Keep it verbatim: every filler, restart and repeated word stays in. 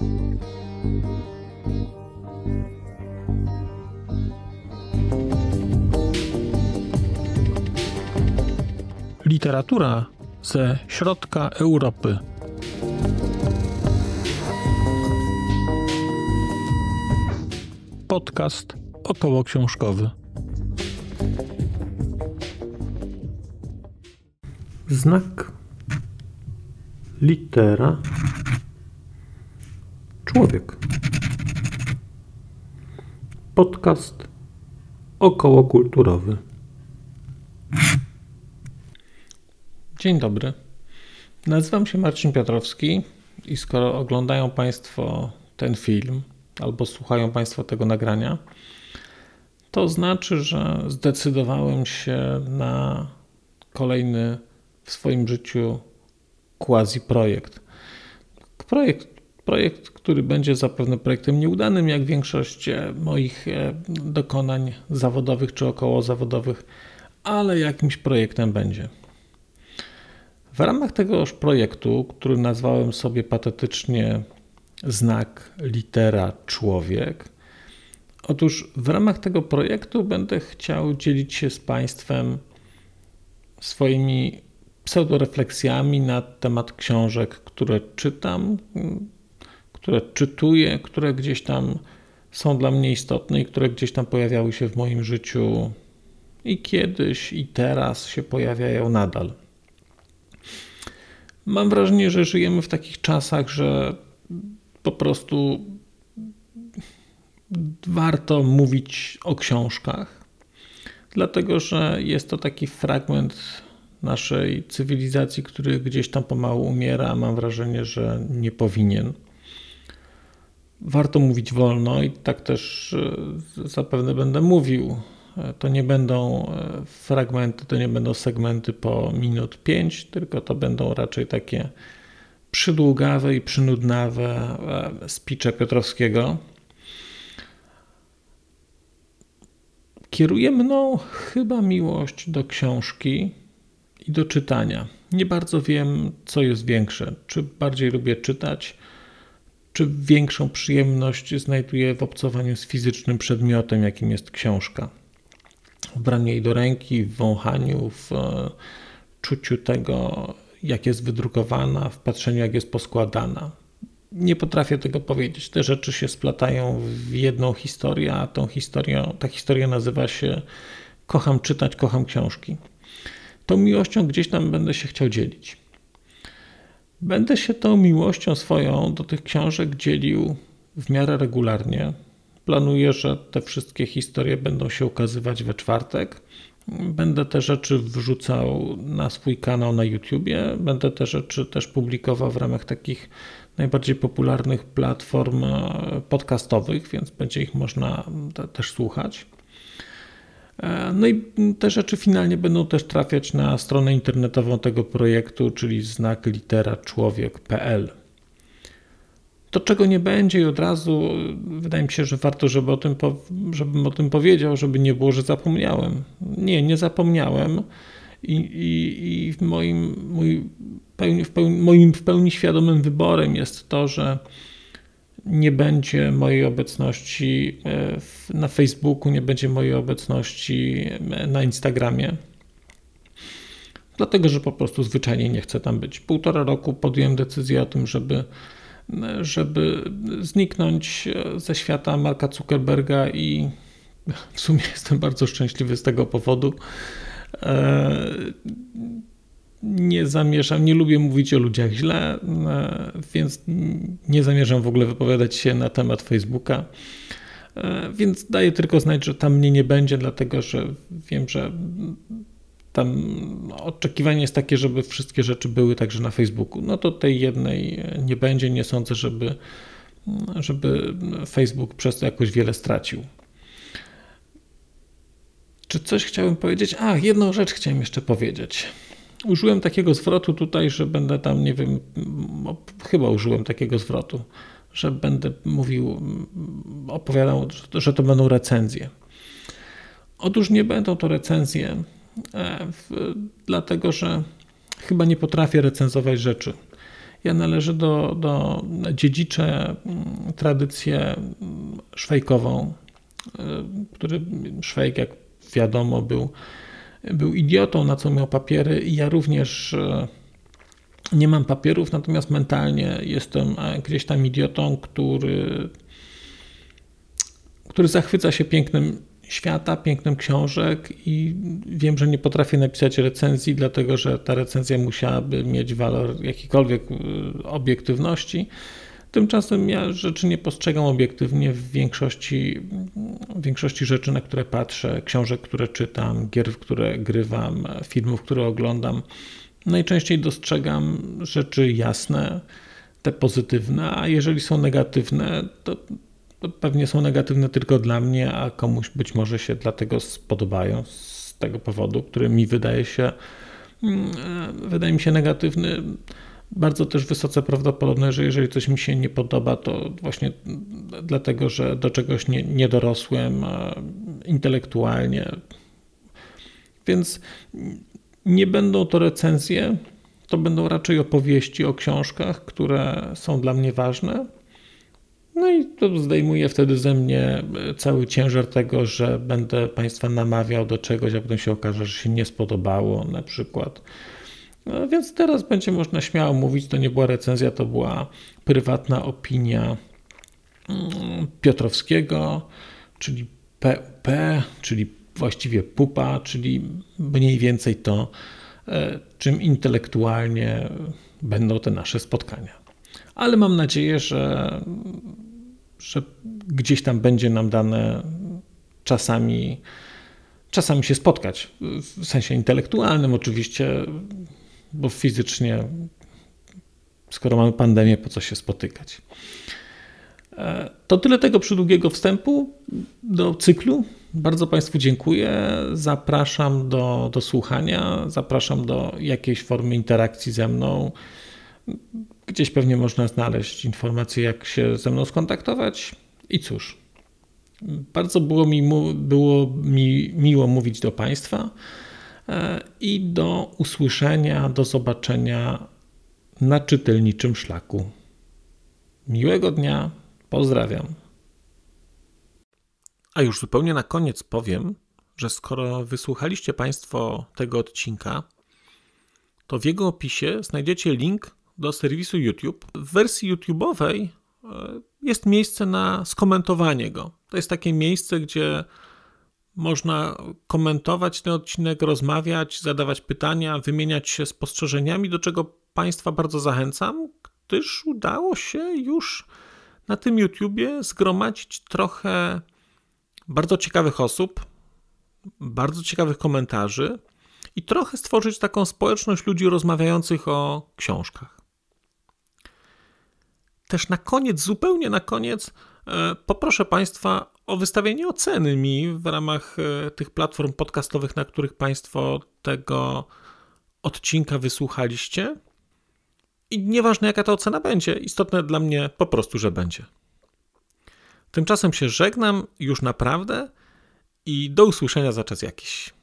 Literatura ze środka Europy. Podcast okołoksiążkowy. Znak, litera, człowiek. Podcast okołokulturowy. Dzień dobry. Nazywam się Marcin Piotrowski i skoro oglądają Państwo ten film albo słuchają Państwo tego nagrania, to znaczy, że zdecydowałem się na kolejny w swoim życiu quasi-projekt. Projekt, projekt, który będzie zapewne projektem nieudanym, jak większość moich dokonań zawodowych czy okołozawodowych, ale jakimś projektem będzie. W ramach tegoż projektu, który nazwałem sobie patetycznie znak, litera, człowiek, otóż w ramach tego projektu będę chciał dzielić się z Państwem swoimi pseudorefleksjami na temat książek, które czytam, które czytuję, które gdzieś tam są dla mnie istotne i które gdzieś tam pojawiały się w moim życiu i kiedyś, i teraz się pojawiają nadal. Mam wrażenie, że żyjemy w takich czasach, że po prostu warto mówić o książkach, dlatego że jest to taki fragment naszej cywilizacji, który gdzieś tam pomału umiera, a mam wrażenie, że nie powinien. Warto mówić wolno i tak też zapewne będę mówił. To nie będą fragmenty, to nie będą segmenty po minut pięć, tylko to będą raczej takie przydługawe i przynudnawe speeche Piotrowskiego. Kieruje mną chyba miłość do książki i do czytania. Nie bardzo wiem, co jest większe. Czy bardziej lubię czytać, czy większą przyjemność znajduję w obcowaniu z fizycznym przedmiotem, jakim jest książka. W braniu jej do ręki, w wąchaniu, w czuciu tego, jak jest wydrukowana, w patrzeniu, jak jest poskładana. Nie potrafię tego powiedzieć. Te rzeczy się splatają w jedną historię, a tą historią, ta historia nazywa się kocham czytać, kocham książki. Tą miłością gdzieś tam będę się chciał dzielić. Będę się tą miłością swoją do tych książek dzielił w miarę regularnie. Planuję, że te wszystkie historie będą się ukazywać we czwartek. Będę te rzeczy wrzucał na swój kanał na YouTubie. Będę te rzeczy też publikował w ramach takich najbardziej popularnych platform podcastowych, więc będzie ich można te, też słuchać. No i te rzeczy finalnie będą też trafiać na stronę internetową tego projektu, czyli znak, litera, człowiek kropka p l. To, czego nie będzie i od razu wydaje mi się, że warto, żeby o tym, żebym o tym powiedział, żeby nie było, że zapomniałem. Nie, nie zapomniałem i, i, i w moim, mój pełni, w pełni, moim w pełni świadomym wyborem jest to, że nie będzie mojej obecności na Facebooku, nie będzie mojej obecności na Instagramie. Dlatego, że po prostu zwyczajnie nie chcę tam być. Półtora roku podjąłem decyzję o tym, żeby żeby zniknąć ze świata Marka Zuckerberga i w sumie jestem bardzo szczęśliwy z tego powodu. Nie zamierzam, nie lubię mówić o ludziach źle, więc nie zamierzam w ogóle wypowiadać się na temat Facebooka, więc daję tylko znać, że tam mnie nie będzie, dlatego że wiem, że tam oczekiwanie jest takie, żeby wszystkie rzeczy były także na Facebooku. No to tej jednej nie będzie. Nie sądzę, żeby, żeby Facebook przez to jakoś wiele stracił. Czy coś chciałem powiedzieć? A, jedną rzecz chciałem jeszcze powiedzieć. Użyłem takiego zwrotu tutaj, że będę tam, nie wiem, chyba użyłem takiego zwrotu, że będę mówił, opowiadał, że to będą recenzje. Otóż nie będą to recenzje, dlatego że chyba nie potrafię recenzować rzeczy. Ja należę do, do dziedziczę tradycję szwejkową, który Szwejk, jak wiadomo, był, był idiotą, na co miał papiery, i ja również nie mam papierów, natomiast mentalnie jestem gdzieś tam idiotą, który, który zachwyca się pięknem świata, pięknem książek, i wiem, że nie potrafię napisać recenzji, dlatego że ta recenzja musiałaby mieć walor jakiejkolwiek obiektywności. Tymczasem ja rzeczy nie postrzegam obiektywnie w większości, w większości rzeczy, na które patrzę, książek, które czytam, gier, w które grywam, filmów, które oglądam. Najczęściej dostrzegam rzeczy jasne, te pozytywne, a jeżeli są negatywne, to, to pewnie są negatywne tylko dla mnie, a komuś być może się dlatego spodobają z tego powodu, który mi wydaje się, wydaje mi się negatywny. Bardzo też wysoce prawdopodobne, że jeżeli coś mi się nie podoba, to właśnie dlatego, że do czegoś nie, nie dorosłem intelektualnie. Więc nie będą to recenzje, to będą raczej opowieści o książkach, które są dla mnie ważne. No i to zdejmuje wtedy ze mnie cały ciężar tego, że będę Państwa namawiał do czegoś, a potem się okaże, że się nie spodobało na przykład. No więc teraz będzie można śmiało mówić, to nie była recenzja, to była prywatna opinia Piotrowskiego, czyli P U P, czyli właściwie pupa, czyli mniej więcej to, czym intelektualnie będą te nasze spotkania. Ale mam nadzieję, że, że gdzieś tam będzie nam dane czasami, czasami się spotkać, w sensie intelektualnym oczywiście, bo fizycznie, skoro mamy pandemię, po co się spotykać. To tyle tego przydługiego wstępu do cyklu. Bardzo Państwu dziękuję. Zapraszam do, do słuchania, zapraszam do jakiejś formy interakcji ze mną. Gdzieś pewnie można znaleźć informacje, jak się ze mną skontaktować. I cóż, bardzo było mi, było mi miło mówić do Państwa i do usłyszenia, do zobaczenia na czytelniczym szlaku. Miłego dnia, pozdrawiam. A już zupełnie na koniec powiem, że skoro wysłuchaliście Państwo tego odcinka, to w jego opisie znajdziecie link do serwisu YouTube. W wersji YouTube'owej jest miejsce na skomentowanie go. To jest takie miejsce, gdzie można komentować ten odcinek, rozmawiać, zadawać pytania, wymieniać się spostrzeżeniami, do czego Państwa bardzo zachęcam, gdyż udało się już na tym YouTubie zgromadzić trochę bardzo ciekawych osób, bardzo ciekawych komentarzy i trochę stworzyć taką społeczność ludzi rozmawiających o książkach. Też na koniec, zupełnie na koniec, poproszę Państwa o wystawienie oceny mi w ramach tych platform podcastowych, na których Państwo tego odcinka wysłuchaliście. I nieważne, jaka ta ocena będzie, istotne dla mnie po prostu, że będzie. Tymczasem się żegnam już naprawdę i do usłyszenia za czas jakiś.